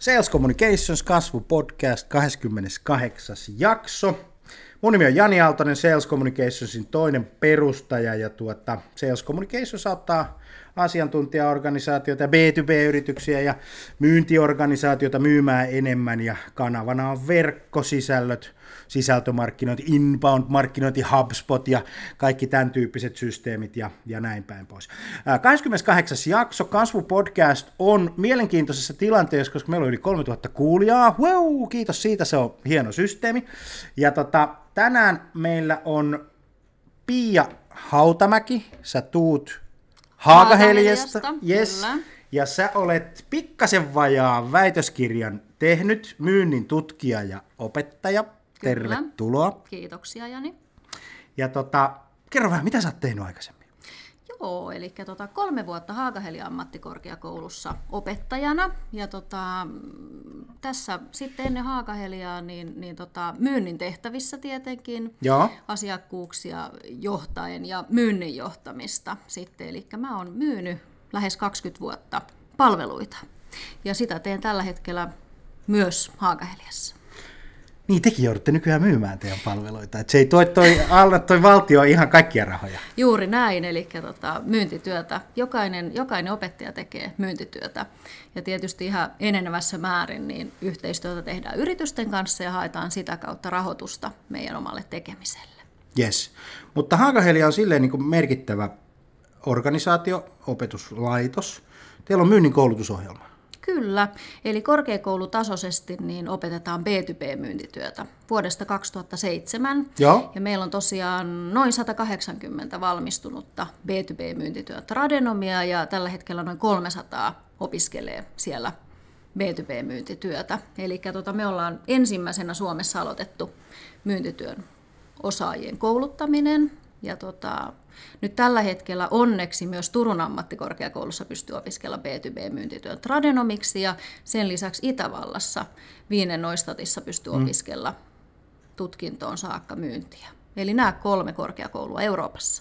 Sales Communications kasvupodcast 28. jakso. Mun nimi on Jani Aaltonen, Sales Communicationsin toinen perustaja ja Sales Communications auttaa asiantuntijaorganisaatioita ja B2B-yrityksiä ja myyntiorganisaatioita myymään enemmän ja kanavana on verkkosisällöt, sisältömarkkinointi, inbound-markkinointi, HubSpot ja kaikki tämän tyyppiset systeemit ja näin päin pois. 28. jakso, kasvupodcast on mielenkiintoisessa tilanteessa, koska meillä on yli 3000 kuulijaa. Wow, kiitos siitä, se on hieno systeemi. Ja tänään meillä on Pia Hautamäki, sä tuut Haakaheliasta, yes. Ja sä olet pikkasen vajaa väitöskirjan tehnyt, myynnin tutkija ja opettaja. Kyllä. Tervetuloa. Kiitoksia, Jani. Ja kerro vähän, mitä sä oot tehnyt aikaisemmin? Joo, eli 3 vuotta Haakahelian ammattikorkeakoulussa opettajana. Ja tässä sitten ennen Haakaheliaa myynnin tehtävissä tietenkin. Joo. Asiakkuuksia johtaen ja myynnin johtamista sitten. Eli mä oon myynyt lähes 20 vuotta palveluita. Ja sitä teen tällä hetkellä myös Haakaheliassa. Niin, tekin joudutte nykyään myymään teidän palveluita, että se ei toi valtio ihan kaikkia rahoja. Juuri näin, eli myyntityötä. Jokainen opettaja tekee myyntityötä. Ja tietysti ihan enenevässä määrin niin yhteistyötä tehdään yritysten kanssa ja haetaan sitä kautta rahoitusta meidän omalle tekemiselle. Yes, mutta Haakahelia on silleen niin kuin merkittävä organisaatio, opetuslaitos. Teillä on myynnin koulutusohjelma. Kyllä, eli korkeakoulutasoisesti niin opetetaan B2B-myyntityötä vuodesta 2007. Joo. Ja meillä on tosiaan noin 180 valmistunutta B2B-myyntityötä tradenomia ja tällä hetkellä noin 300 opiskelee siellä B2B-myyntityötä. Eli me ollaan ensimmäisenä Suomessa aloitettu myyntityön osaajien kouluttaminen. Ja nyt tällä hetkellä onneksi myös Turun ammattikorkeakoulussa pystyy opiskella B2B-myyntityön tradenomiksi ja sen lisäksi Itävallassa Wiener Neustadtissa pystyy opiskella tutkintoon saakka myyntiä. Eli nämä 3 korkeakoulua Euroopassa.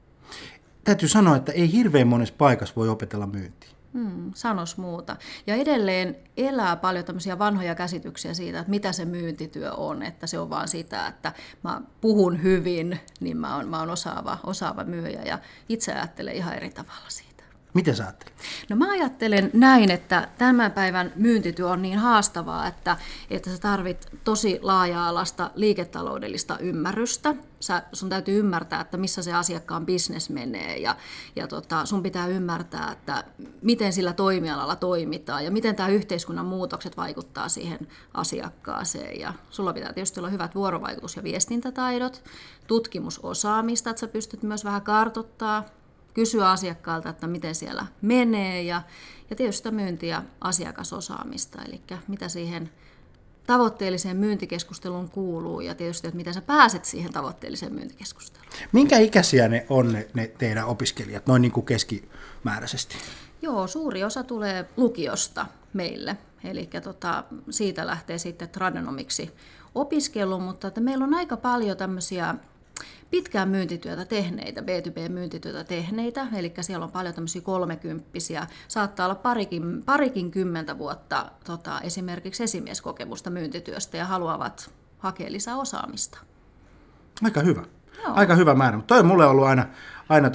Täytyy sanoa, että ei hirveän monessa paikassa voi opetella myyntiä. Sanos muuta. Ja edelleen elää paljon tämmöisiä vanhoja käsityksiä siitä, että mitä se myyntityö on, että se on vaan sitä, että mä puhun hyvin, niin mä oon osaava myyjä ja itse ajattelen ihan eri tavalla siitä. Miten sä ajattelet? No mä ajattelen näin, että tämän päivän myyntityö on niin haastavaa, että sä tarvit tosi laaja-alaista liiketaloudellista ymmärrystä. Sun täytyy ymmärtää, että missä se asiakkaan business menee ja sun pitää ymmärtää, että miten sillä toimialalla toimitaan ja miten tämä yhteiskunnan muutokset vaikuttaa siihen asiakkaaseen. Ja sulla pitää tietysti olla hyvät vuorovaikutus- ja viestintätaidot, tutkimusosaamista, että sä pystyt myös vähän kartoittaa, kysyä asiakkaalta, että miten siellä menee ja tietysti myynti- ja asiakasosaamista, eli mitä siihen tavoitteelliseen myyntikeskusteluun kuuluu ja tietysti, että miten sä pääset siihen tavoitteelliseen myyntikeskusteluun. Minkä ikäisiä ne on ne teidän opiskelijat, noin niin kuin keskimääräisesti? Joo, suuri osa tulee lukiosta meille, eli siitä lähtee sitten tradenomiksi opiskeluun, mutta että meillä on aika paljon tämmöisiä pitkään myyntityötä tehneitä, B2B-myyntityötä tehneitä, eli siellä on paljon tämmöisiä 30-vuotiaita, saattaa olla parikin kymmentä vuotta esimerkiksi esimieskokemusta myyntityöstä ja haluavat hakea lisää osaamista. Aika hyvä. Joo. Aika hyvä määrä, mutta toi on mulle ollut aina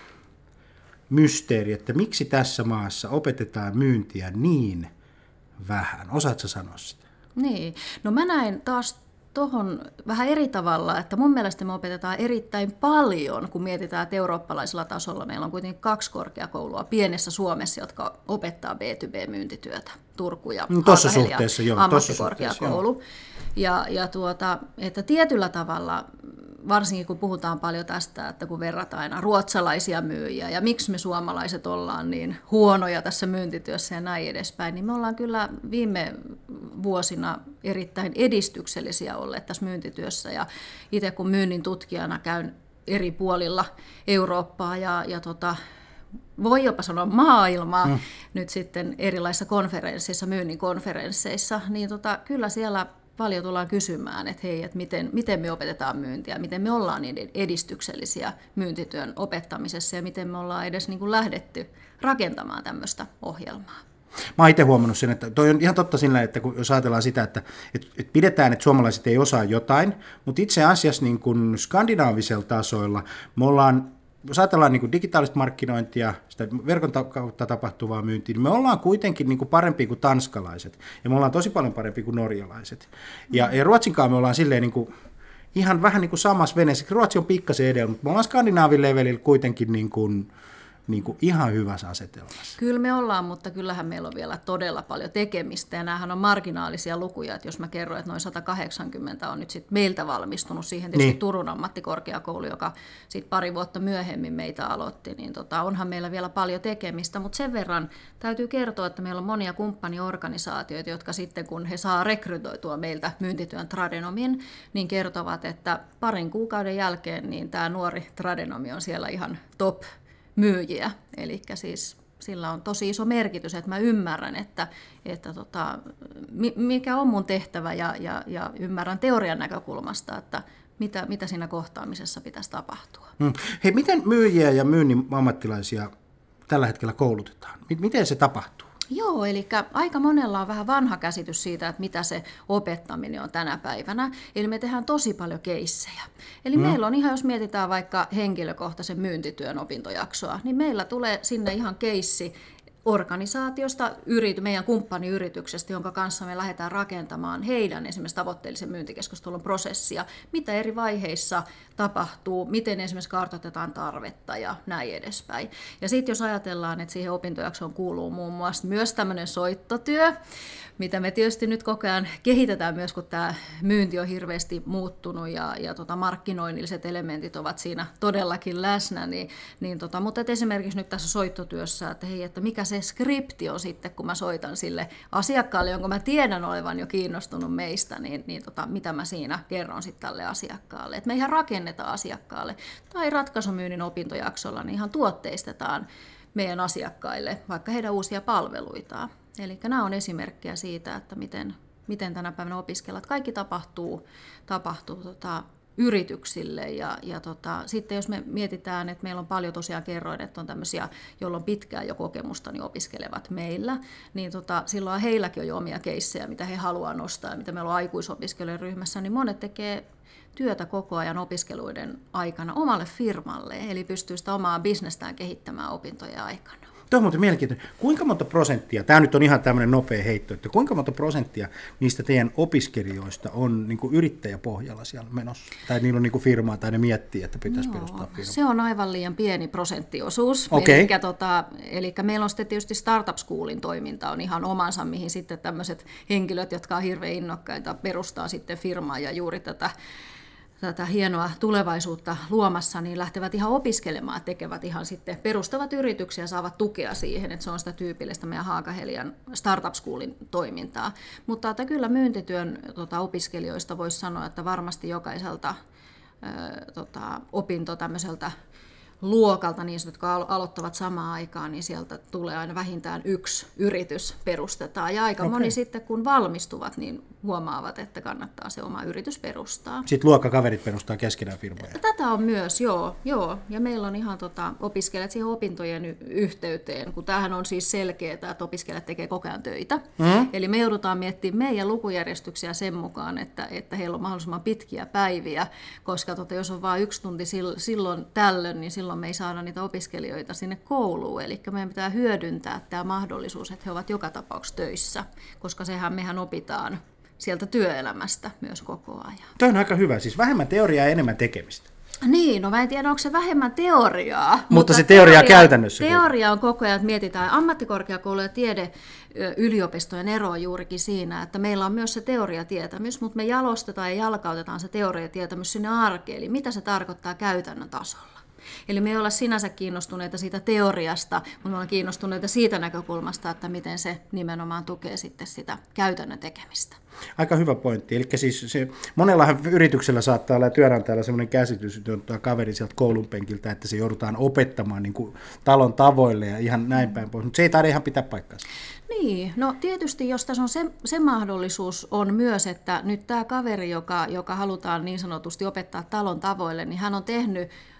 mysteeri, että miksi tässä maassa opetetaan myyntiä niin vähän. Osaatko sanoa sitä? Niin, no mä näen taas tuohon vähän eri tavalla, että mun mielestä me opetetaan erittäin paljon, kun mietitään, että eurooppalaisella tasolla meillä on kuitenkin 2 korkeakoulua pienessä Suomessa, jotka opettaa B2B-myyntityötä, Turku ja Haakahelia ammattikorkeakoulu. Ja että tietyllä tavalla, varsinkin kun puhutaan paljon tästä, että kun verrataan aina ruotsalaisia myyjiä ja miksi me suomalaiset ollaan niin huonoja tässä myyntityössä ja näin edespäin, niin me ollaan kyllä viime vuosina erittäin edistyksellisiä olleet tässä myyntityössä ja itse kun myynnin tutkijana käyn eri puolilla Eurooppaa ja voi jopa sanoa maailmaa nyt sitten erilaisissa konferensseissa, myynnin konferensseissa, niin kyllä siellä paljon tullaan kysymään, että hei, että miten me opetetaan myyntiä, miten me ollaan niin edistyksellisiä myyntityön opettamisessa ja miten me ollaan edes niin kuin lähdetty rakentamaan tämmöistä ohjelmaa. Mä oon itse huomannut sen, että toi on ihan totta sillä, että kun jos ajatellaan sitä, että pidetään, että suomalaiset ei osaa jotain, mutta itse asiassa niin kuin skandinaavisella tasoilla me ollaan, jos ajatellaan niin kuin digitaalista markkinointia, sitä verkon kautta tapahtuvaa myyntiä, niin me ollaan kuitenkin niin kuin parempia kuin tanskalaiset, ja me ollaan tosi paljon parempia kuin norjalaiset. Ja Ruotsinkaan me ollaan silleen niin kuin, ihan vähän niin kuin samassa veneessä. Ruotsi on pikkasen edellä, mutta me ollaan Skandinaavin levelillä kuitenkin niin kuin ihan hyvässä asetelmassa. Kyllä me ollaan, mutta kyllähän meillä on vielä todella paljon tekemistä, ja näähän on marginaalisia lukuja, että jos mä kerron, että noin 180 on nyt sitten meiltä valmistunut, siihen tietysti niin. Turun ammattikorkeakoulu, joka sitten pari vuotta myöhemmin meitä aloitti, niin onhan meillä vielä paljon tekemistä, mutta sen verran täytyy kertoa, että meillä on monia kumppaniorganisaatioita, jotka sitten kun he saa rekrytoitua meiltä myyntityön tradenomin, niin kertovat, että parin kuukauden jälkeen niin tämä nuori tradenomi on siellä ihan top myyjiä, eli siis sillä on tosi iso merkitys, että mä ymmärrän, että mikä on mun tehtävä ja ymmärrän teorian näkökulmasta, että mitä siinä kohtaamisessa pitäisi tapahtua. Hei, miten myyjiä ja myynnin ammattilaisia tällä hetkellä koulutetaan? Miten se tapahtuu? Joo, eli aika monella on vähän vanha käsitys siitä, että mitä se opettaminen on tänä päivänä. Eli me tehdään tosi paljon keissejä. Eli meillä on ihan, jos mietitään vaikka henkilökohtaisen myyntityön opintojaksoa, niin meillä tulee sinne ihan keissi organisaatiosta, meidän kumppaniyrityksestä, jonka kanssa me lähdetään rakentamaan heidän esimerkiksi tavoitteellisen myyntikeskustelun prosessia, mitä eri vaiheissa tapahtuu, miten esimerkiksi kartoitetaan tarvetta ja näin edespäin. Ja sitten jos ajatellaan, että siihen opintojaksoon kuuluu muun muassa myös tämmöinen soittotyö, mitä me tietysti nyt koko ajan kehitetään myös, kun tämä myynti on hirveästi muuttunut ja markkinoinnilliset elementit ovat siinä todellakin läsnä, mutta esimerkiksi nyt tässä soittotyössä, että hei, että mikä se skripti on sitten, kun mä soitan sille asiakkaalle, jonka mä tiedän olevan jo kiinnostunut meistä, mitä mä siinä kerron sitten tälle asiakkaalle. Että me ihan rakennetaan asiakkaalle tai ratkaisumyynnin opintojaksolla, niin ihan tuotteistetaan meidän asiakkaille vaikka heidän uusia palveluitaan. Eli nämä on esimerkkejä siitä, että miten tänä päivänä opiskellaan. Kaikki tapahtuu yrityksille ja sitten jos me mietitään, että meillä on paljon tosiaan kerroin, että on tämmöisiä, joilla on pitkään jo kokemusta, niin opiskelevat meillä, niin silloin heilläkin on jo omia keissejä, mitä he haluaa nostaa ja mitä meillä on aikuisopiskelijoiden ryhmässä, niin monet tekee työtä koko ajan opiskeluiden aikana omalle firmalle, eli pystyy sitä omaa bisnestään kehittämään opintojen aikana. Tuo on muuten mielenkiintoinen. Kuinka monta prosenttia, tämä nyt on ihan tämmöinen nopea heitto, että kuinka monta prosenttia niistä teidän opiskelijoista on niin kuin yrittäjäpohjalla siellä menossa? Tai niillä on niin kuin firmaa tai ne miettii, että pitäisi perustaa firmaa? Se on aivan liian pieni prosenttiosuus. Okay. Eli meillä on sitten tietysti Startup Schoolin toiminta on ihan omansa, mihin sitten tämmöiset henkilöt, jotka on hirveän innokkaita, perustaa sitten firmaa ja juuri tätä hienoa tulevaisuutta luomassa, niin lähtevät ihan opiskelemaan, tekevät ihan sitten, perustavat yrityksiä ja saavat tukea siihen, että se on sitä tyypillistä meidän Haakahelian Startup Schoolin toimintaa. Mutta että kyllä myyntityön opiskelijoista voisi sanoa, että varmasti jokaiselta opinto tämmöiseltä luokalta, niin jotka aloittavat samaan aikaan, niin sieltä tulee aina vähintään yksi yritys perustetaan. Ja aika moni sitten, kun valmistuvat, niin huomaavat, että kannattaa se oma yritys perustaa. Sitten luokkakaverit perustaa keskenään firmoja. Tätä on myös, joo. Ja meillä on ihan opiskelijat siihen opintojen yhteyteen, kun tämähän on siis selkeää, että opiskelijat tekee koko ajan töitä. Eli me joudutaan miettimään meidän lukujärjestyksiä sen mukaan, että heillä on mahdollisimman pitkiä päiviä, koska jos on vain 1 tunti silloin tällöin, niin silloin me ei saada niitä opiskelijoita sinne kouluun. Eli meidän pitää hyödyntää tämä mahdollisuus, että he ovat joka tapauksessa töissä, koska mehän opitaan sieltä työelämästä myös koko ajan. Tämä on aika hyvä, siis vähemmän teoriaa ja enemmän tekemistä. Niin, no mä en tiedä, onko se vähemmän teoriaa. Mutta se teoria käytännössä. Teoria on koko ajan, että mietitään ammattikorkeakoulu- ja tiedeyliopistojen ero juurikin siinä, että meillä on myös se teoriatietämys, mutta me jalostetaan ja jalkautetaan se teoriatietämys sinne arkeen, eli mitä se tarkoittaa käytännön tasolla. Eli me ei olla sinänsä kiinnostuneita siitä teoriasta, mutta me ollaan kiinnostuneita siitä näkökulmasta, että miten se nimenomaan tukee sitten sitä käytännön tekemistä. Aika hyvä pointti. Eli siis monellahan yrityksellä saattaa olla työnantajalla sellainen käsitys, että on kaveri sieltä koulun penkiltä, että se joudutaan opettamaan niin kuin talon tavoille ja ihan näin päin pois, mutta se ei taida ihan pitää paikkaansa. Niin, no tietysti jos tässä on se mahdollisuus on myös, että nyt tämä kaveri, joka halutaan niin sanotusti opettaa talon tavoille, niin hän on tehnyt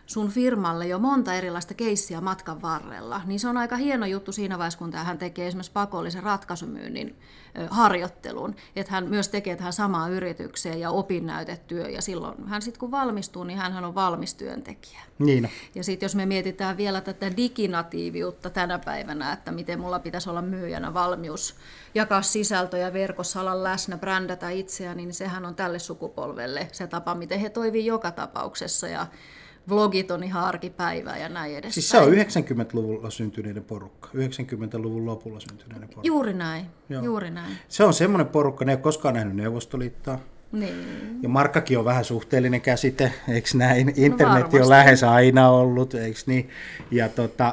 sun firmalle jo monta erilaista keissiä matkan varrella, niin se on aika hieno juttu siinä vaiheessa, kun hän tekee esimerkiksi pakollisen ratkaisumyynnin harjoittelun, että hän myös tekee tähän samaan yritykseen ja opinnäytetyö, ja silloin hän sitten kun valmistuu, niin hän on valmis työntekijä. Niin. Ja sitten jos me mietitään vielä tätä diginatiiviutta tänä päivänä, että miten mulla pitäisi olla myyjänä valmius jakaa sisältöjä verkossa, olla läsnä, brändätä itseään, niin sehän on tälle sukupolvelle se tapa, miten he toimii joka tapauksessa, ja vlogit on ihan arkipäivää ja näin edespäin. Siis se on 90-luvulla syntyneiden porukka, 90-luvun lopulla syntyneiden porukka. Juuri näin, juuri näin. Se on semmoinen porukka, ne ei ole koskaan nähnyt Neuvostoliittoa. Niin. Ja markkakin on vähän suhteellinen käsite, eikö näin? Internetti on lähes aina ollut, eikö niin? Ja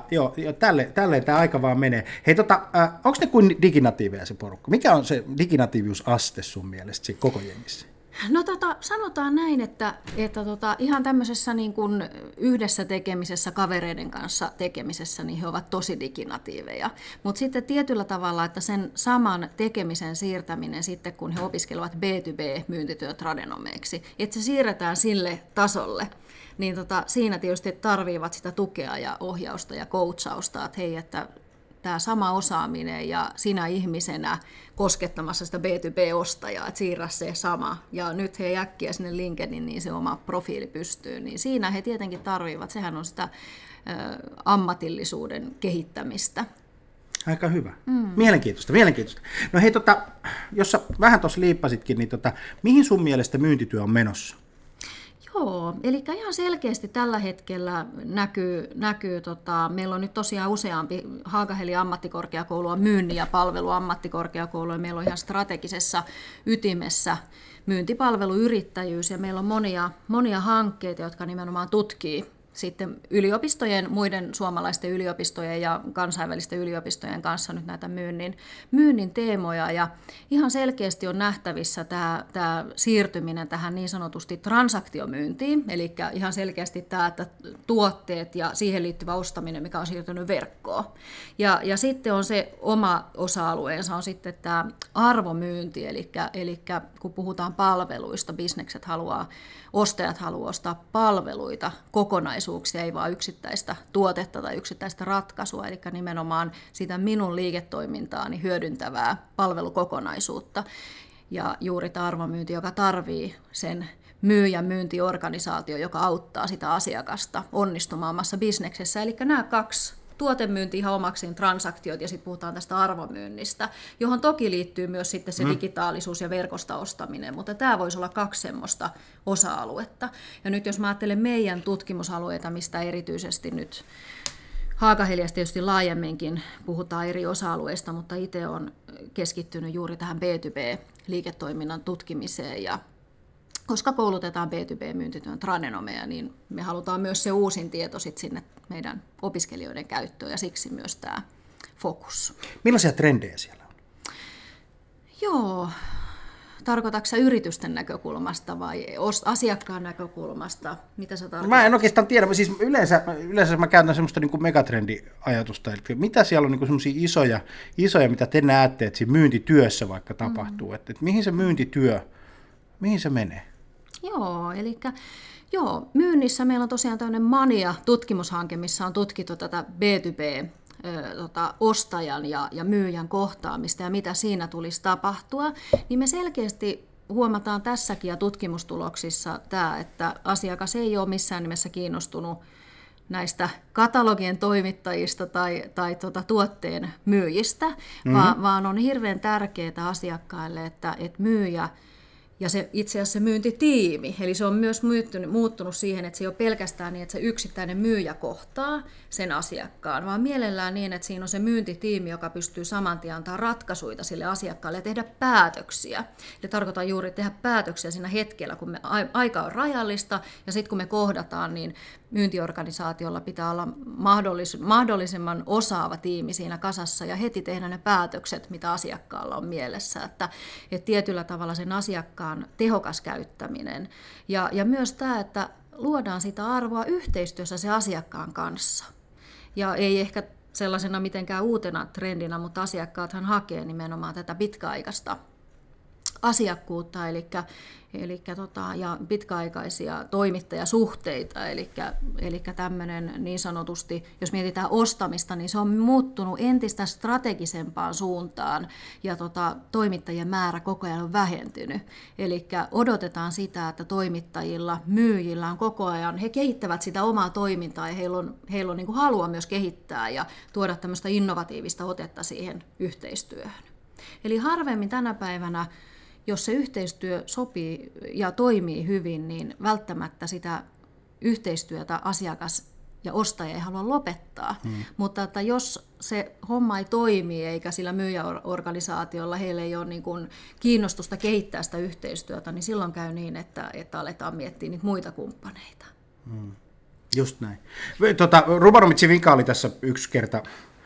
tälleen tämä aika vaan menee. Hei, onko ne kuin diginatiiveja se porukka? Mikä on se diginatiiviusaste sun mielestä siinä koko jengissä? No sanotaan näin, että ihan tämmöisessä niin kuin yhdessä tekemisessä, kavereiden kanssa tekemisessä, niin he ovat tosi diginatiiveja. Mutta sitten tietyllä tavalla, että sen saman tekemisen siirtäminen sitten, kun he opiskelevat B2B-myyntityön tradenomeiksi, että se siirretään sille tasolle, niin siinä tietysti tarvitsevat sitä tukea ja ohjausta ja coachausta, että hei, että tämä sama osaaminen ja sinä ihmisenä koskettamassa sitä B2B-ostajaa, että siirrä se sama. Ja nyt he äkkiä sinne LinkedIn, niin se oma profiili pystyy. Niin siinä he tietenkin tarvitsevat, sehän on sitä ammatillisuuden kehittämistä. Aika hyvä. Mielenkiintoista. No hei, jos sä vähän tuossa liippasitkin, niin mihin sun mielestä myyntityö on menossa? Joo, eli ihan selkeästi tällä hetkellä näkyy meillä on nyt tosiaan useampi Haaga-Helia ammattikorkeakoulua, myynnin ja palveluammattikorkeakoulua, meillä on ihan strategisessa ytimessä myyntipalveluyrittäjyys, ja meillä on monia hankkeita, jotka nimenomaan tutkii sitten yliopistojen, muiden suomalaisten yliopistojen ja kansainvälisten yliopistojen kanssa nyt näitä myynnin teemoja, ja ihan selkeästi on nähtävissä tämä siirtyminen tähän niin sanotusti transaktiomyyntiin, eli ihan selkeästi tämä, että tuotteet ja siihen liittyvä ostaminen, mikä on siirtynyt verkkoon. Ja sitten on se oma osa-alueensa, on sitten tämä arvomyynti, eli kun puhutaan palveluista, ostajat haluaa ostaa palveluita, kokonaisuuksia, ei vaan yksittäistä tuotetta tai yksittäistä ratkaisua, eli nimenomaan sitä minun liiketoimintaani hyödyntävää palvelukokonaisuutta. Ja juuri tämä arvomyynti, joka tarvitsee sen myyjän myyntiorganisaatio, joka auttaa sitä asiakasta onnistumaan omassa bisneksessä. Eli nämä kaksi, tuotemyynti ihan omaksiin transaktiot, ja sitten puhutaan tästä arvomyynnistä, johon toki liittyy myös sitten se digitaalisuus ja verkosta ostaminen, mutta tämä voisi olla kaksi semmoista osa-aluetta. Ja nyt jos mä ajattelen meidän tutkimusalueita, mistä erityisesti nyt Haaga-Heliassa tietysti laajemminkin puhutaan eri osa-alueista, mutta itse olen keskittynyt juuri tähän B2B-liiketoiminnan tutkimiseen, ja koska koulutetaan B2B-myyntityön tradenomeja, niin me halutaan myös se uusin tieto sit sinne meidän opiskelijoiden käyttöön, ja siksi myös tämä fokus. Millaisia trendejä siellä on? Joo, tarkoitatko sä yritysten näkökulmasta vai asiakkaan näkökulmasta? Mitä sä tarkoitat? Mä en oikeastaan tiedä, siis yleensä mä käytän semmoista niin kuin megatrendiajatusta, eli mitä siellä on niin kuin semmoisia isoja, mitä te näette, että siinä myyntityössä vaikka tapahtuu, että mihin se myyntityö, mihin se menee? Joo, eli myynnissä meillä on tosiaan tämmöinen Mania-tutkimushanke, missä on tutkittu tätä B2B ostajan ja myyjän kohtaamista ja mitä siinä tulisi tapahtua, niin me selkeästi huomataan tässäkin ja tutkimustuloksissa tämä, että asiakas ei ole missään nimessä kiinnostunut näistä katalogien toimittajista tai tuotteen myyjistä, vaan on hirveän tärkeää asiakkaille, että myyjä ja se itse asiassa se myyntitiimi, eli se on myös muuttunut siihen, että se ei ole pelkästään niin, että se yksittäinen myyjä kohtaa sen asiakkaan, vaan mielellään niin, että siinä on se myyntitiimi, joka pystyy saman tien antaa ratkaisuja sille asiakkaalle ja tehdä päätöksiä. Eli tarkoitan juuri tehdä päätöksiä siinä hetkellä, kun aika on rajallista, ja sitten kun me kohdataan, niin myyntiorganisaatiolla pitää olla mahdollisimman osaava tiimi siinä kasassa ja heti tehdä ne päätökset, mitä asiakkaalla on mielessä, että tietyllä tavalla sen asiakkaan tehokas käyttäminen ja myös tämä, että luodaan sitä arvoa yhteistyössä se asiakkaan kanssa. Ja ei ehkä sellaisena mitenkään uutena trendinä, mutta asiakkaathan hakee nimenomaan tätä pitkäaikaista asiakkuutta, ja pitkäaikaisia toimittajasuhteita, eli tämmöinen niin sanotusti, jos mietitään ostamista, niin se on muuttunut entistä strategisempaan suuntaan, ja toimittajien määrä koko ajan on vähentynyt. Eli odotetaan sitä, että toimittajilla, myyjillä on koko ajan, he kehittävät sitä omaa toimintaa, ja heillä on niin kuin halua myös kehittää ja tuoda tämmöistä innovatiivista otetta siihen yhteistyöhön. Eli harvemmin tänä päivänä, jos se yhteistyö sopii ja toimii hyvin, niin välttämättä sitä yhteistyötä asiakas ja ostaja ei halua lopettaa. Mutta että jos se homma ei toimi eikä sillä myyjäorganisaatiolla heillä ei ole niin kuin kiinnostusta kehittää sitä yhteistyötä, niin silloin käy niin, että aletaan miettiä niitä muita kumppaneita. Just näin. Rubaromitsin vika oli tässä yksi kerta.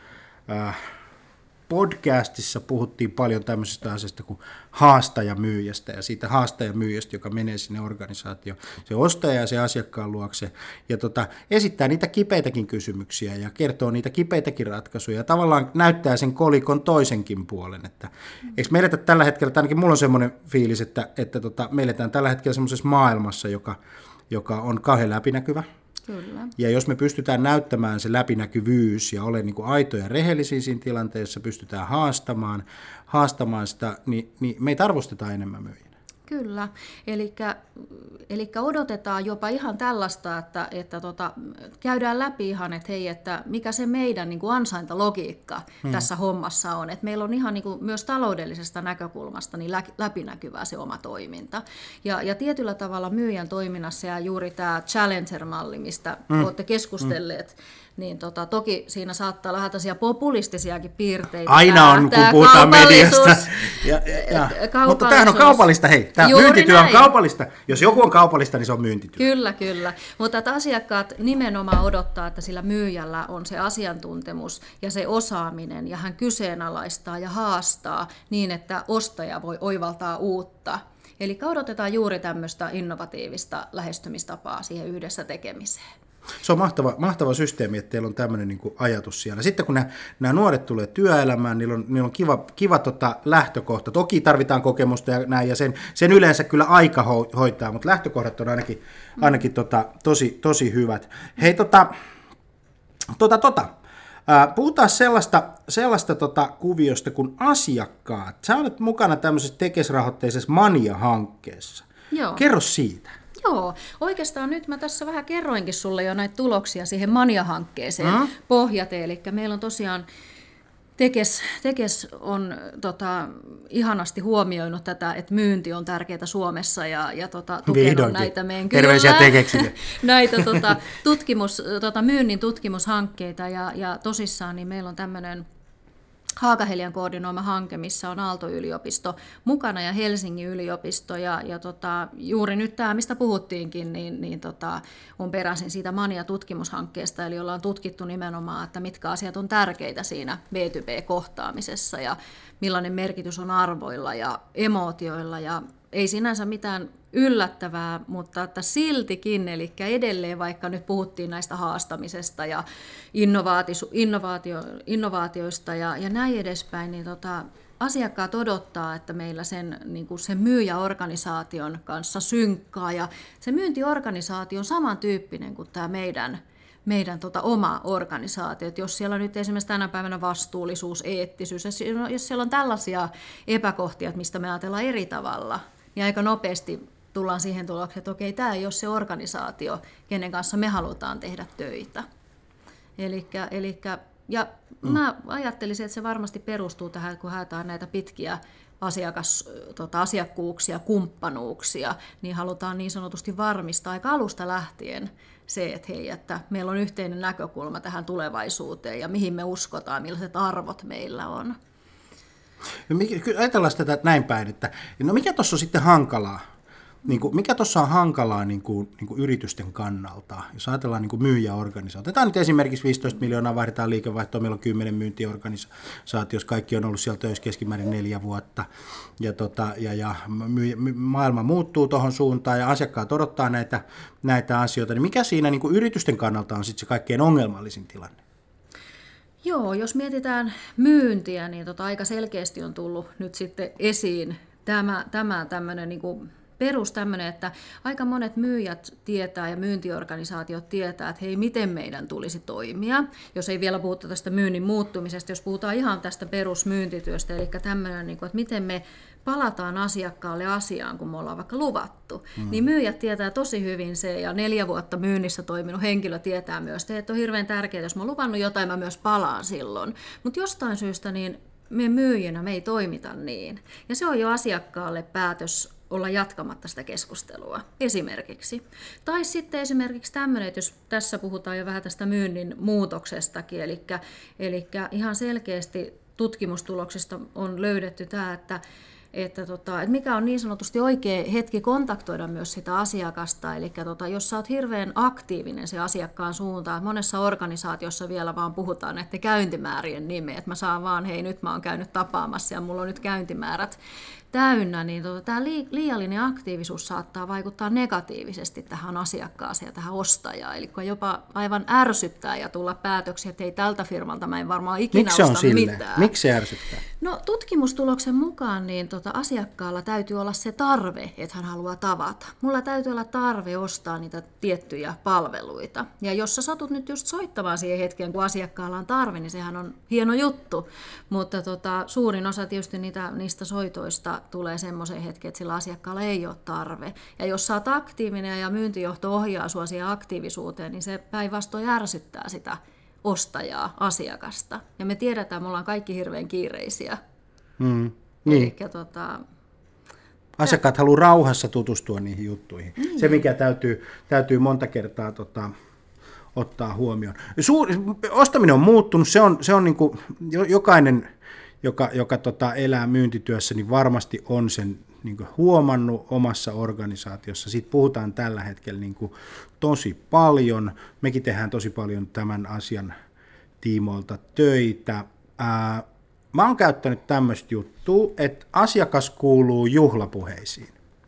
Podcastissa puhuttiin paljon tämmöisestä asiasta kuin haastajamyyjästä ja siitä haastajamyyjästä, joka menee sinne organisaatioon, se ostaja ja se asiakkaan luokse ja esittää niitä kipeitäkin kysymyksiä ja kertoo niitä kipeitäkin ratkaisuja ja tavallaan näyttää sen kolikon toisenkin puolen. Eikö me eletä tällä hetkellä, ainakin mulla on semmoinen fiilis, että me eletään tällä hetkellä semmoisessa maailmassa, joka on kauhean läpinäkyvä. Kyllä. Ja jos me pystytään näyttämään se läpinäkyvyys ja olemaan niin kuin aitoja ja rehellisiä siinä tilanteessa, pystytään haastamaan sitä, niin meitä arvostetaan enemmän myyjinä. Kyllä, eli odotetaan jopa ihan tällaista, että käydään läpi ihan, että hei, että mikä se meidän niin kuin ansaintalogiikka tässä hommassa on. Että meillä on ihan niin kuin myös taloudellisesta näkökulmasta niin läpinäkyvää se oma toiminta. Ja tietyllä tavalla myyjän toiminnassa ja juuri tämä Challenger-malli, mistä olette keskustelleet, niin toki siinä saattaa olla tällaisia populistisiakin piirteitä. Aina on, kun puhutaan mediasta. Mutta tämähän on kaupallista, hei. Tämä myyntityö on kaupallista. Jos joku on kaupallista, niin se on myyntityö. Kyllä. Mutta että asiakkaat nimenomaan odottaa, että sillä myyjällä on se asiantuntemus ja se osaaminen, ja hän kyseenalaistaa ja haastaa niin, että ostaja voi oivaltaa uutta. Eli odotetaan juuri tämmöistä innovatiivista lähestymistapaa siihen yhdessä tekemiseen. Se on mahtava systeemi, että teillä on tämmöinen niin kuin ajatus siellä. Sitten kun nämä nuoret tulee työelämään, niillä on kiva lähtökohta. Toki tarvitaan kokemusta ja näin, ja sen yleensä kyllä aika hoitaa, mutta lähtökohdat on ainakin tosi hyvät. Hei, puhutaan sellaista kuviosta kuin asiakkaat. Sä olet mukana tämmöisessä Tekes-rahoitteisessa Mania-hankkeessa. Joo. Kerro siitä. Joo, oikeastaan nyt mä tässä vähän kerroinkin sulle jo näitä tuloksia siihen Mania-hankkeeseen pohjaten, eli meillä on tosiaan Tekes on ihanasti huomioinut tätä, että myynti on tärkeää Suomessa ja tukenut näitä meidän terveisiä Tekeksille. näitä myynnin tutkimushankkeita ja tosissaan niin meillä on tämmöinen Haakahelian koordinoima hanke, missä on Aalto-yliopisto mukana ja Helsingin yliopisto ja juuri nyt tämä, mistä puhuttiinkin, niin on peräisin siitä Mania-tutkimushankkeesta, eli ollaan tutkittu nimenomaan, että mitkä asiat on tärkeitä siinä B2B-kohtaamisessa ja millainen merkitys on arvoilla ja emootioilla ja ei sinänsä mitään yllättävää, mutta että siltikin, eli edelleen vaikka nyt puhuttiin näistä haastamisesta ja innovaatioista ja näin edespäin, niin asiakkaat odottaa, että meillä sen myyjäorganisaation kanssa synkkaa ja se myyntiorganisaatio on samantyyppinen kuin tämä meidän oma organisaatio. Et jos siellä on nyt esimerkiksi tänä päivänä vastuullisuus, eettisyys, jos siellä on tällaisia epäkohtia, mistä me ajatellaan eri tavalla, niin aika nopeasti tullaan siihen tulokseen, että okei, tämä ei ole se organisaatio, kenen kanssa me halutaan tehdä töitä. Mä ajattelisin, että se varmasti perustuu tähän, kun haetaan näitä pitkiä asiakkuuksia, kumppanuuksia, niin halutaan niin sanotusti varmistaa aika alusta lähtien se, että meillä on yhteinen näkökulma tähän tulevaisuuteen ja mihin me uskotaan, millaiset arvot meillä on. Ajatellaan tätä näin päin, että no mikä tuossa on sitten hankalaa? Mikä tuossa on hankalaa yritysten kannalta, jos ajatellaan myyjäorganisaatio. Otetaan nyt esimerkiksi 15 miljoonaa vaihdetaan liikevaihtoa, meillä on 10 myyntiorganisaatiossa, kaikki on ollut siellä töissä keskimäärin 4 vuotta, ja maailma muuttuu tuohon suuntaan, ja asiakkaat odottaa näitä asioita, niin mikä siinä yritysten kannalta on sitten se kaikkein ongelmallisin tilanne? Joo, jos mietitään myyntiä, niin aika selkeästi on tullut nyt sitten esiin tämä tämmöinen niin kuin perus tämmöinen, että aika monet myyjät tietää ja myyntiorganisaatiot tietää, että hei, miten meidän tulisi toimia, jos ei vielä puhuta tästä myynnin muuttumisesta, jos puhutaan ihan tästä perusmyyntityöstä, eli tämmöinen, että miten me palataan asiakkaalle asiaan, kun me ollaan vaikka luvattu, niin myyjät tietää tosi hyvin se, ja 4 vuotta myynnissä toiminut henkilö tietää myös, että on hirveän tärkeää, jos mä oon luvannut jotain, mä myös palaan silloin, mutta jostain syystä niin me myyjinä me ei toimita niin, ja se on jo asiakkaalle päätös olla jatkamatta sitä keskustelua esimerkiksi. Tai sitten esimerkiksi tämmöinen, että jos tässä puhutaan jo vähän tästä myynnin muutoksestakin, eli ihan selkeästi tutkimustuloksista on löydetty tämä, että mikä on niin sanotusti oikea hetki kontaktoida myös sitä asiakasta, eli jos sä oot hirveän aktiivinen se asiakkaan suuntaan, monessa organisaatiossa vielä vaan puhutaan näiden käyntimäärien nimeä, että mä saan vaan, hei nyt mä oon käynyt tapaamassa ja mulla on nyt käyntimäärät täynnä, niin tämä liiallinen aktiivisuus saattaa vaikuttaa negatiivisesti tähän asiakkaaseen ja tähän ostajaan, eli jopa aivan ärsyttää ja tulla päätöksiä, että ei tältä firmalta mä en varmaan ikinä osta mitään. Miksi se ärsyttää? No tutkimustuloksen mukaan niin asiakkaalla täytyy olla se tarve, että hän haluaa tavata. Mulla täytyy olla tarve ostaa niitä tiettyjä palveluita. Ja jos sä satut nyt just soittamaan siihen hetkeen, kun asiakkaalla on tarve, niin sehän on hieno juttu. Mutta suurin osa tietysti niistä soitoista tulee semmoiseen hetkeen, että sillä asiakkaalla ei ole tarve. Ja jos sä oot aktiivinen ja myyntijohto ohjaa sua siihen aktiivisuuteen, niin se päinvastoin ärsyttää sitä ostajaa, asiakasta. Ja me tiedetään, me ollaan kaikki hirveän kiireisiä. Niin. Elikkä, asiakkaat haluaa rauhassa tutustua niihin juttuihin. Niin. Se, mikä täytyy monta kertaa ottaa huomioon. Ostaminen on muuttunut. Se on niin kuin, jokainen, joka elää myyntityössä, niin varmasti on sen niin kuin huomannut omassa organisaatiossa. Siitä puhutaan tällä hetkellä niin kuin tosi paljon. Mekin tehdään tosi paljon tämän asian tiimoilta töitä. Mä oon käyttänyt tämmöistä juttua, että asiakas kuuluu juhlapuheisiin.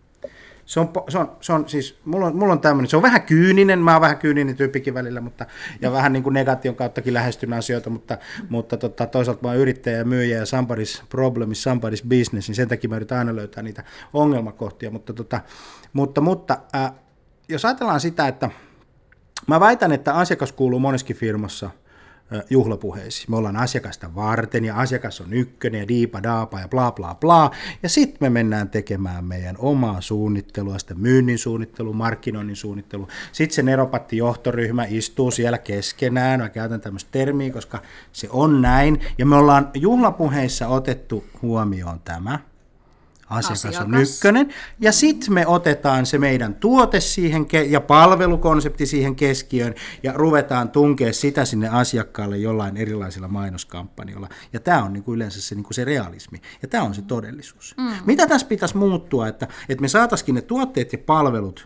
Se on siis, mulla on tämmöinen, se on vähän kyyninen, mä oon vähän kyyninen tyyppikin välillä, ja vähän niin kuin negaation kauttakin lähestyn asioita, mutta toisaalta mä oon yrittäjä ja myyjä ja somebody's problem is somebody's business, niin sen takia mä yritän aina löytää niitä ongelmakohtia, mutta jos ajatellaan sitä, että mä väitän, että asiakas kuuluu moneskin firmassa juhlapuheisiin. Me ollaan asiakasta varten ja asiakas on ykkönen ja diipa daapa ja bla bla bla. Ja sitten me mennään tekemään meidän omaa suunnittelua, sitä myynnin suunnittelua, markkinoinnin suunnittelua. Sitten se Neropatti johtoryhmä istuu siellä keskenään. Mä käytän tämmöistä termiä, koska se on näin. Ja me ollaan juhlapuheissa otettu huomioon tämä. Asiakas on ykkönen, ja sitten me otetaan se meidän tuote siihen ja palvelukonsepti siihen keskiöön, ja ruvetaan tunkea sitä sinne asiakkaalle jollain erilaisilla mainoskampanjoilla. Ja tämä on niinku yleensä se, niinku se realismi, ja tämä on se todellisuus. Mitä tässä pitäisi muuttua, että me saataisiin ne tuotteet ja palvelut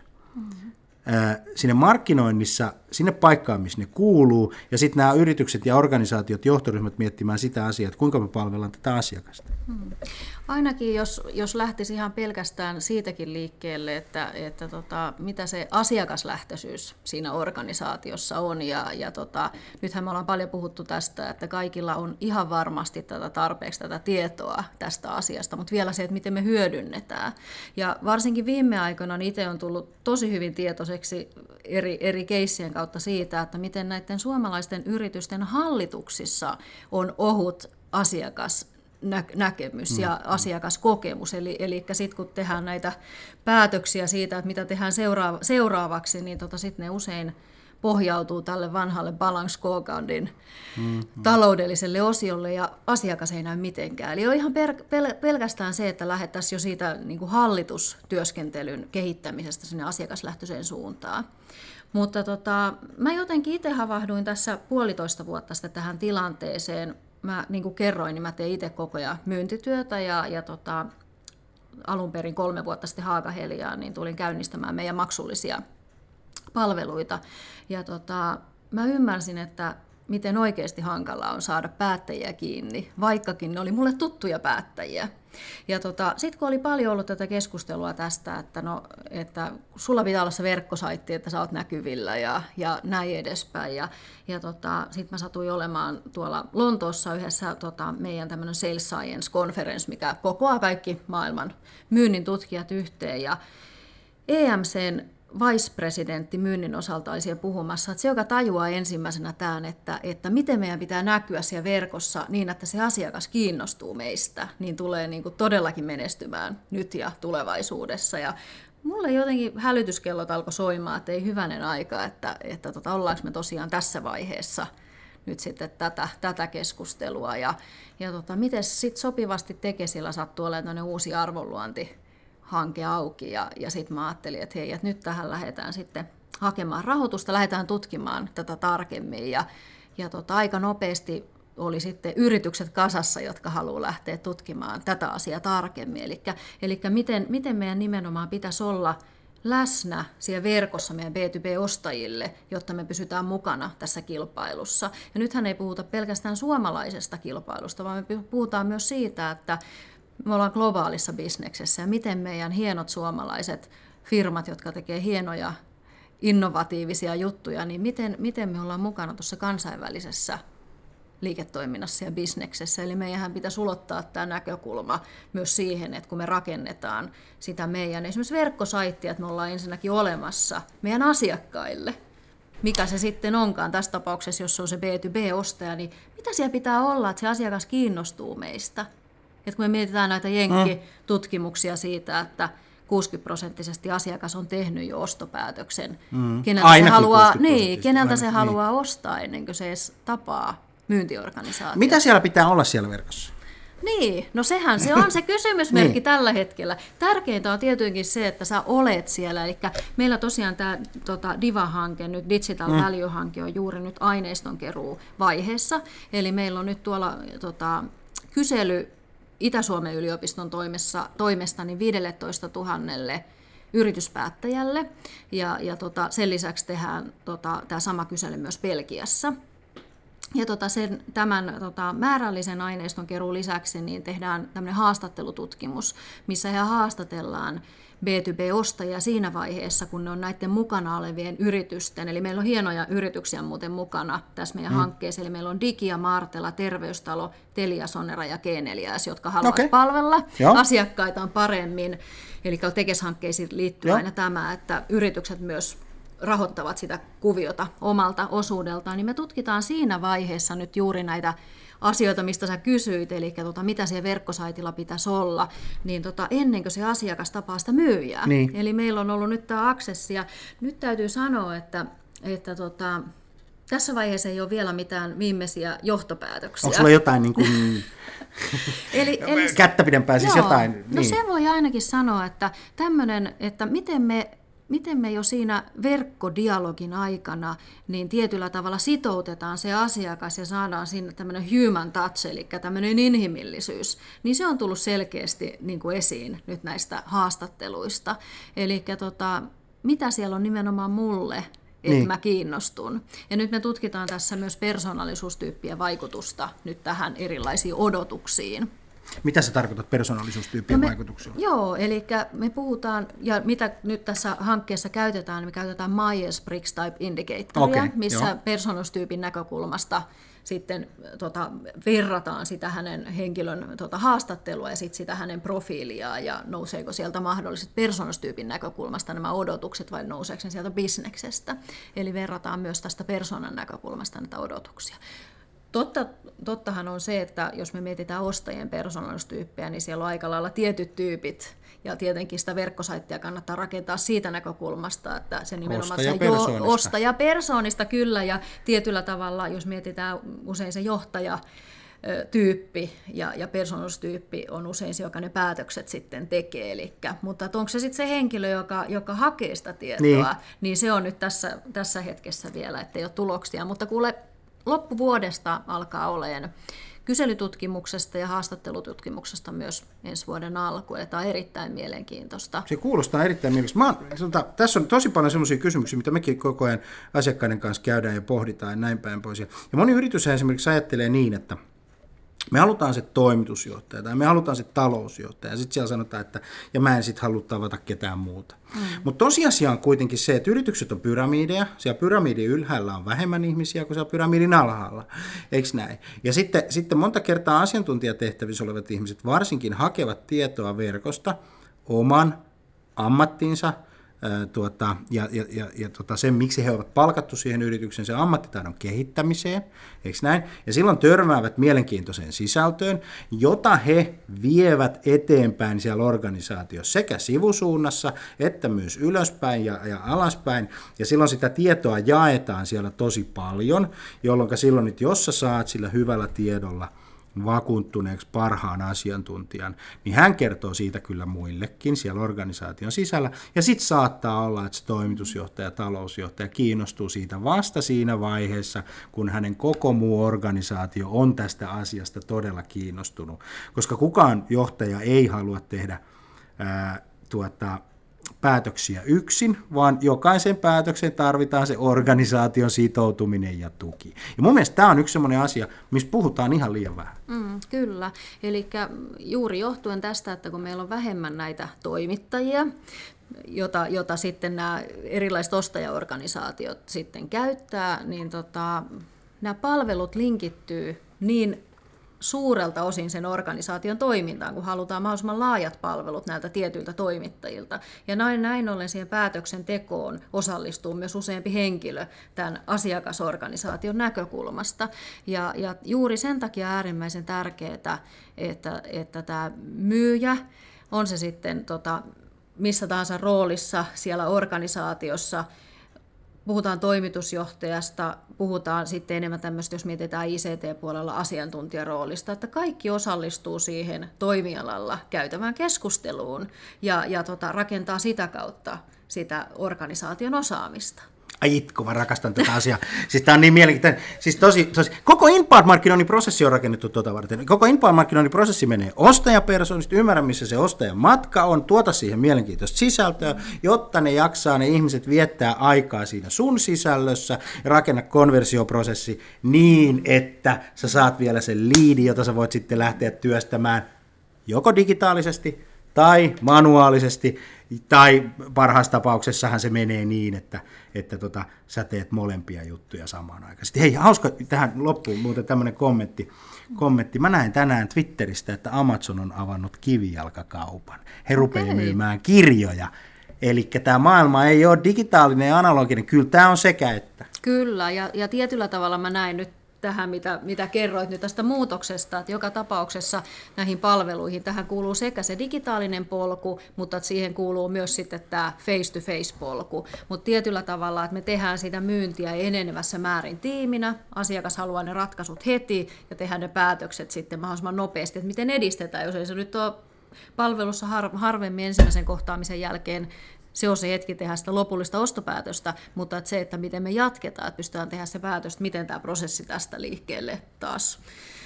sinne markkinoinnissa, sinne paikkaan, missä ne kuuluu, ja sitten nämä yritykset ja organisaatiot, johtoryhmät miettimään sitä asiaa, että kuinka me palvellaan tätä asiakasta. Ainakin jos lähtisi ihan pelkästään siitäkin liikkeelle, että mitä se asiakaslähtöisyys siinä organisaatiossa on, ja nythän me ollaan paljon puhuttu tästä, että kaikilla on ihan varmasti tarpeeksi tätä tietoa tästä asiasta, mutta vielä se, että miten me hyödynnetään. Ja varsinkin viime aikoina niin itse on tullut tosi hyvin tietoiseksi eri keissien kautta siitä, että miten näiden suomalaisten yritysten hallituksissa on ohut asiakasnäkemys ja asiakaskokemus. Eli sitten kun tehdään näitä päätöksiä siitä, että mitä tehdään seuraavaksi, niin sitten ne usein pohjautuu tälle vanhalle balance scorecardin taloudelliselle osiolle, ja asiakas ei näy mitenkään. Eli on ihan pelkästään se, että lähdettäisiin jo siitä niin kuin hallitustyöskentelyn kehittämisestä sinne asiakaslähtöiseen suuntaan. Mutta mä jotenkin itse havahduin tässä 1,5 vuotta sitten tähän tilanteeseen. Mä niin kuin kerroin, niin mä tein itse koko ajan myyntityötä ja alun perin 3 vuotta sitten Haagaheliaan, niin tulin käynnistämään meidän maksullisia palveluita. Ja mä ymmärsin, että miten oikeasti hankalaa on saada päättäjiä kiinni, vaikkakin ne oli mulle tuttuja päättäjiä. Ja sitten kun oli paljon ollut tätä keskustelua tästä, että sulla pitää olla se verkkosaitti, että sä oot näkyvillä ja näin edespäin. Ja sitten mä satuin olemaan tuolla Lontoossa yhdessä meidän tämmöinen Sales Science Conference, mikä kokoaa kaikki maailman myynnin tutkijat yhteen. Ja EMCn vice-presidentti myynnin osalta oli siellä puhumassa, että se, joka tajuaa ensimmäisenä tämän, että miten meidän pitää näkyä siellä verkossa niin, että se asiakas kiinnostuu meistä, niin tulee niin kuin todellakin menestymään nyt ja tulevaisuudessa. Ja mulle jotenkin hälytyskellot alkoi soimaan, että ei hyvänen aika, että ollaanko me tosiaan tässä vaiheessa nyt sitten tätä keskustelua. Ja miten sitten sopivasti Tekesillä sattuu olemaan uusi arvonluonti hanke auki ja sitten mä ajattelin, että hei, että nyt tähän lähdetään sitten hakemaan rahoitusta, lähdetään tutkimaan tätä tarkemmin ja aika nopeasti oli sitten yritykset kasassa, jotka haluaa lähteä tutkimaan tätä asiaa tarkemmin, eli miten meidän nimenomaan pitäisi olla läsnä siellä verkossa meidän B2B-ostajille, jotta me pysytään mukana tässä kilpailussa. Ja nythän ei puhuta pelkästään suomalaisesta kilpailusta, vaan me puhutaan myös siitä, että me ollaan globaalissa bisneksessä ja miten meidän hienot suomalaiset firmat, jotka tekee hienoja innovatiivisia juttuja, niin miten me ollaan mukana tuossa kansainvälisessä liiketoiminnassa ja bisneksessä. Eli meidän pitäisi ulottaa tämä näkökulma myös siihen, että kun me rakennetaan sitä meidän esimerkiksi verkkosaittia, että me ollaan ensinnäkin olemassa meidän asiakkaille, mikä se sitten onkaan tässä tapauksessa, jos se on se B2B-ostaja, niin mitä siellä pitää olla, että se asiakas kiinnostuu meistä. Että kun me mietitään näitä jenkkitutkimuksia siitä, että 60% asiakas on tehnyt jo ostopäätöksen, keneltä se haluaa ostaa ennen kuin se edes tapaa myyntiorganisaatio. Mitä siellä pitää olla siellä verkossa? Niin, no sehän se on se kysymysmerkki tällä hetkellä. Tärkeintä on tietenkin se, että sä olet siellä. Eli meillä tosiaan tämä DIVA-hanke, nyt Digital Value-hanke on juuri nyt aineistonkeruu vaiheessa. Eli meillä on nyt tuolla kysely Itä-Suomen yliopiston toimesta niin 15 000 yrityspäättäjälle ja sen lisäksi tehdään tämä sama kysely myös Belgiassa. Ja tämän määrällisen aineiston keruun lisäksi niin tehdään tämmöinen haastattelututkimus, missä he haastatellaan B2B-ostajia siinä vaiheessa, kun ne on näiden mukana olevien yritysten, eli meillä on hienoja yrityksiä muuten mukana tässä meidän hankkeessa, eli meillä on Digia, Martela, Terveystalo, Telia, Sonera ja G4S, jotka haluavat palvella asiakkaitaan paremmin, eli Tekes-hankkeisiin liittyy aina tämä, että yritykset myös rahoittavat sitä kuviota omalta osuudeltaan, niin me tutkitaan siinä vaiheessa nyt juuri näitä asioita, mistä sä kysyit, eli mitä siellä verkkosaitilla pitäisi olla, niin ennen kuin se asiakas tapaa sitä myyjää. Niin. Eli meillä on ollut nyt tämä aksessi, ja nyt täytyy sanoa, että tässä vaiheessa ei ole vielä mitään viimeisiä johtopäätöksiä. Onko sulla jotain niin kuin eli kättä pidempää, siis jotain? Niin. No se voi ainakin sanoa, että tämmöinen, että miten me jo siinä verkkodialogin aikana niin tietyllä tavalla sitoutetaan se asiakas ja saadaan sinne tämmöinen human touch, eli tämmöinen inhimillisyys, niin se on tullut selkeästi niin kuin esiin nyt näistä haastatteluista. Eli mitä siellä on nimenomaan mulle, että mä kiinnostun. Ja nyt me tutkitaan tässä myös persoonallisuustyyppien vaikutusta nyt tähän erilaisiin odotuksiin. Mitä sä tarkoitat persoonallisuustyyppien vaikutuksia? Joo, eli me puhutaan, ja mitä nyt tässä hankkeessa käytetään, niin me käytetään Myers-Briggs Type Indicatoria, missä persoonallisuustyypin näkökulmasta sitten verrataan sitä hänen henkilön haastattelua ja sitten sitä hänen profiiliaan, ja nouseeko sieltä mahdollisesti persoonallisuustyypin näkökulmasta nämä odotukset vai nouseeko ne sieltä bisneksestä. Eli verrataan myös tästä persoonan näkökulmasta näitä odotuksia. Tottahan on se, että jos me mietitään ostajien persoonallisuustyyppejä, niin siellä on aika lailla tietyt tyypit, ja tietenkin sitä verkkosaittia kannattaa rakentaa siitä näkökulmasta, että se nimenomaan ostajapersoonista kyllä, ja tietyllä tavalla, jos mietitään usein se johtajatyyppi ja persoonallisuustyyppi on usein se, joka ne päätökset sitten tekee. Mutta onko se sitten se henkilö, joka hakee sitä tietoa, niin se on nyt tässä hetkessä vielä, ettei ole tuloksia. Mutta kuule, loppuvuodesta alkaa olemaan kyselytutkimuksesta ja haastattelututkimuksesta myös ensi vuoden alkuun. Tämä on erittäin mielenkiintoista. Se kuulostaa erittäin mielenkiintoista. Tässä on tosi paljon sellaisia kysymyksiä, mitä mekin koko ajan asiakkaiden kanssa käydään ja pohditaan ja näin päin pois. Ja moni yritys esimerkiksi ajattelee niin, että me halutaan se toimitusjohtaja tai me halutaan se talousjohtaja. Ja sitten siellä sanotaan, että ja mä en sitten halua tavata ketään muuta. Mutta tosiasia on kuitenkin se, että yritykset on pyramideja. Siellä pyramidin ylhäällä on vähemmän ihmisiä kuin siellä pyramidin alhaalla. Eikö näin? Ja sitten monta kertaa asiantuntijatehtävissä olevat ihmiset varsinkin hakevat tietoa verkosta oman ammattinsa sen, miksi he ovat palkattu siihen yrityksen, sen ammattitaidon kehittämiseen, eikö näin? Ja silloin törmäävät mielenkiintoiseen sisältöön, jota he vievät eteenpäin siellä organisaatiossa sekä sivusuunnassa, että myös ylöspäin ja alaspäin, ja silloin sitä tietoa jaetaan siellä tosi paljon, jolloin silloin, että jos sä saat sillä hyvällä tiedolla vakuuttuneeksi parhaan asiantuntijan, niin hän kertoo siitä kyllä muillekin siellä organisaation sisällä, ja sitten saattaa olla, että se toimitusjohtaja, talousjohtaja kiinnostuu siitä vasta siinä vaiheessa, kun hänen koko muu organisaatio on tästä asiasta todella kiinnostunut, koska kukaan johtaja ei halua tehdä päätöksiä yksin, vaan jokaisen päätöksen tarvitaan se organisaation sitoutuminen ja tuki. Ja mun mielestä tämä on yksi sellainen asia, missä puhutaan ihan liian vähän. Kyllä, eli juuri johtuen tästä, että kun meillä on vähemmän näitä toimittajia, jota sitten nämä erilaiset ostajaorganisaatiot sitten käyttää, niin nämä palvelut linkittyy niin suurelta osin sen organisaation toimintaan, kun halutaan mahdollisimman laajat palvelut näiltä tietyiltä toimittajilta. Ja näin ollen siihen päätöksentekoon osallistuu myös useampi henkilö tämän asiakasorganisaation näkökulmasta. Ja juuri sen takia äärimmäisen tärkeää, että tämä myyjä, on se sitten missä tahansa roolissa siellä organisaatiossa, puhutaan toimitusjohtajasta, puhutaan sitten enemmän tämmöistä, jos mietitään ICT-puolella asiantuntijaroolista, että kaikki osallistuu siihen toimialalla käytävään keskusteluun ja rakentaa sitä kautta sitä organisaation osaamista. Ai itku, mä rakastan tätä asiaa. Siis tää on niin mielenkiintoinen. Siis tosi, koko inbound-markkinoinnin prosessi on rakennettu varten. Koko inbound-markkinoinnin prosessi menee ostajapersoonista, ymmärrä missä se ostajan matka on, tuota siihen mielenkiintoista sisältöä, jotta ne jaksaa ne ihmiset viettää aikaa siinä sun sisällössä ja rakenna konversioprosessi niin, että sä saat vielä sen liidin, jota sä voit sitten lähteä työstämään joko digitaalisesti tai manuaalisesti, tai parhaassa tapauksessahan se menee niin, että sä teet molempia juttuja samaan aikaan. Sitten hei, hauska tähän loppuun muuten tämmöinen kommentti. Mä näin tänään Twitteristä, että Amazon on avannut kivijalkakaupan. He rupeaa myymään kirjoja. Eli tämä maailma ei ole digitaalinen ja analoginen, kyllä tämä on sekä että. Kyllä, ja tietyllä tavalla mä näin nyt tähän, mitä kerroit nyt tästä muutoksesta, että joka tapauksessa näihin palveluihin tähän kuuluu sekä se digitaalinen polku, mutta siihen kuuluu myös sitten tämä face-to-face-polku. Mutta tietyllä tavalla, että me tehdään sitä myyntiä enenevässä määrin tiiminä, asiakas haluaa ne ratkaisut heti ja tehdään ne päätökset sitten mahdollisimman nopeasti, että miten edistetään, jos ei se nyt ole palvelussa harvemmin ensimmäisen kohtaamisen jälkeen se on se hetki tehdä sitä lopullista ostopäätöstä, mutta että se, että miten me jatketaan, että pystytään tehdä se päätös, että miten tämä prosessi tästä liikkeelle taas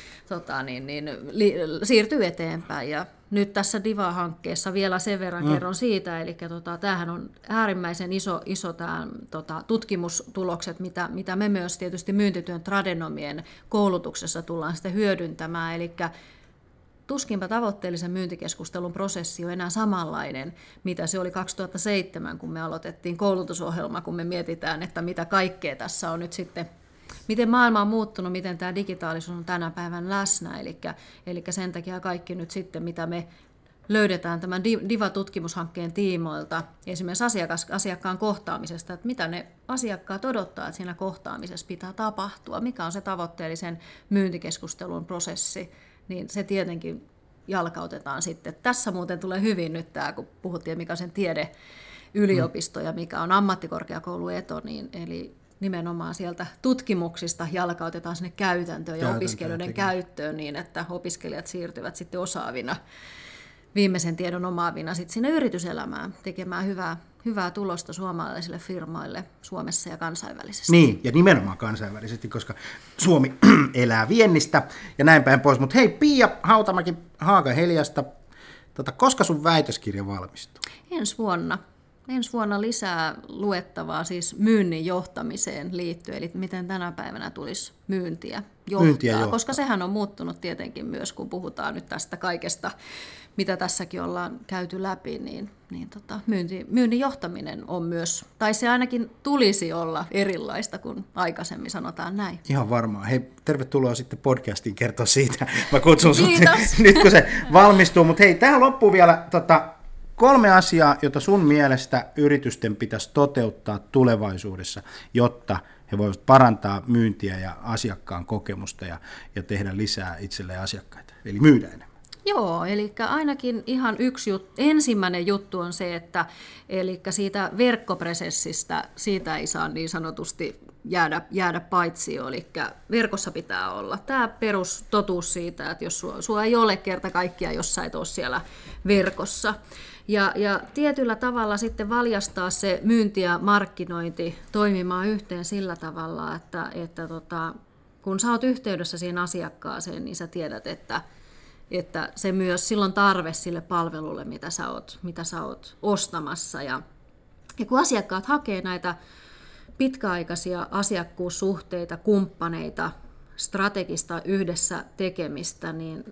siirtyy eteenpäin. Ja nyt tässä Diva-hankkeessa vielä sen verran kerron siitä, eli tämähän on äärimmäisen iso tämä tutkimustulokset, mitä me myös tietysti myyntityön tradenomien koulutuksessa tullaan sitten hyödyntämään, eli tuskinpä tavoitteellisen myyntikeskustelun prosessi on enää samanlainen, mitä se oli 2007, kun me aloitettiin koulutusohjelma, kun me mietitään, että mitä kaikkea tässä on nyt sitten, miten maailma on muuttunut, miten tämä digitaalisuus on tänä päivän läsnä, eli sen takia kaikki nyt sitten, mitä me löydetään tämän Diva-tutkimushankkeen tiimoilta, esimerkiksi asiakkaan kohtaamisesta, että mitä ne asiakkaat odottaa, että siinä kohtaamisessa pitää tapahtua, mikä on se tavoitteellisen myyntikeskustelun prosessi, niin se tietenkin jalkautetaan sitten. Tässä muuten tulee hyvin nyt tämä, kun puhuttiin, mikä on sen tiedeyliopisto ja mikä on ammattikorkeakoulueto, niin eli nimenomaan sieltä tutkimuksista jalkautetaan sinne käytäntöön ja opiskelijoiden käyttöön niin, että opiskelijat siirtyvät sitten osaavina, viimeisen tiedon omaavina sitten sinne yrityselämään tekemään hyvää tulosta suomalaisille firmoille Suomessa ja kansainvälisesti. Niin, ja nimenomaan kansainvälisesti, koska Suomi elää viennistä ja näin päin pois. Mutta hei, Pia Hautamäki Haaga-Heliasta, koska sun väitöskirja valmistuu? Ensi vuonna lisää luettavaa siis myynnin johtamiseen liittyen, eli miten tänä päivänä tulisi myyntiä johtaa, koska sehän on muuttunut tietenkin myös, kun puhutaan nyt tästä kaikesta, mitä tässäkin ollaan käyty läpi, niin myynnin johtaminen on myös, tai se ainakin tulisi olla erilaista kuin aikaisemmin, sanotaan näin. Ihan varmaan. Hei, tervetuloa sitten podcastiin kertoa siitä. Mä kutsun sut nyt, kun se valmistuu. Mutta hei, tähän loppuu vielä 3 asiaa, jota sun mielestä yritysten pitäisi toteuttaa tulevaisuudessa, jotta he voivat parantaa myyntiä ja asiakkaan kokemusta ja tehdä lisää itselleen asiakkaita, eli myydä enemmän. Joo, eli ainakin ihan ensimmäinen juttu on se, että eli siitä verkkopresessistä, siitä ei saa niin sanotusti jäädä paitsioon, eli verkossa pitää olla tämä perustotuus siitä, että jos sua ei ole kerta kaikkiaan, jos sä et ole siellä verkossa. Ja tietyllä tavalla sitten valjastaa se myynti ja markkinointi toimimaan yhteen sillä tavalla, että kun sä oot yhteydessä siihen asiakkaaseen, niin sä tiedät, että se myös silloin tarve sille palvelulle, mitä sä oot ostamassa. Ja kun asiakkaat hakee näitä pitkäaikaisia asiakkuussuhteita, kumppaneita, strategista yhdessä tekemistä, niin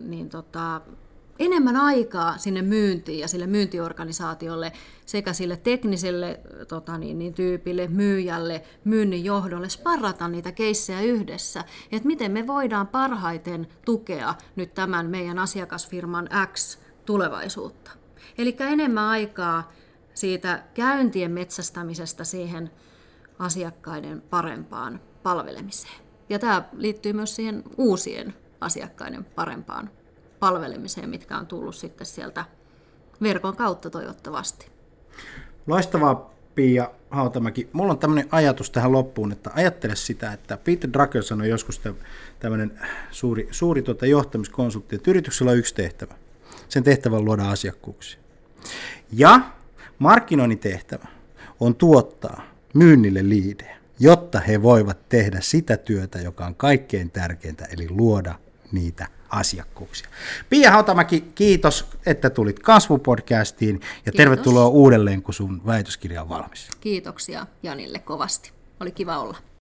enemmän aikaa sinne myyntiin ja sille myyntiorganisaatiolle sekä sille tekniselle tyypille, myyjälle, myynnin johdolle sparrata niitä keissejä yhdessä, että miten me voidaan parhaiten tukea nyt tämän meidän asiakasfirman X tulevaisuutta. Eli enemmän aikaa siitä käyntien metsästämisestä siihen asiakkaiden parempaan palvelemiseen. Ja tämä liittyy myös siihen uusien asiakkaiden parempaan palvelemiseen, mitkä on tullut sitten sieltä verkon kautta toivottavasti. Loistavaa, Pia Hautamäki. Mulla on tämmöinen ajatus tähän loppuun, että ajattele sitä, että Peter Drucker sanoi joskus tämmöinen suuri johtamiskonsultti, että yrityksellä on yksi tehtävä. Sen tehtävä on luoda asiakkuuksia. Ja markkinoinnin tehtävä on tuottaa myynnille liidejä, jotta he voivat tehdä sitä työtä, joka on kaikkein tärkeintä, eli luoda niitä asiakkuuksia. Pia Hautamäki, kiitos, että tulit Kasvupodcastiin ja kiitos. Tervetuloa uudelleen, kun sun väitöskirja on valmis. Kiitoksia Janille kovasti. Oli kiva olla.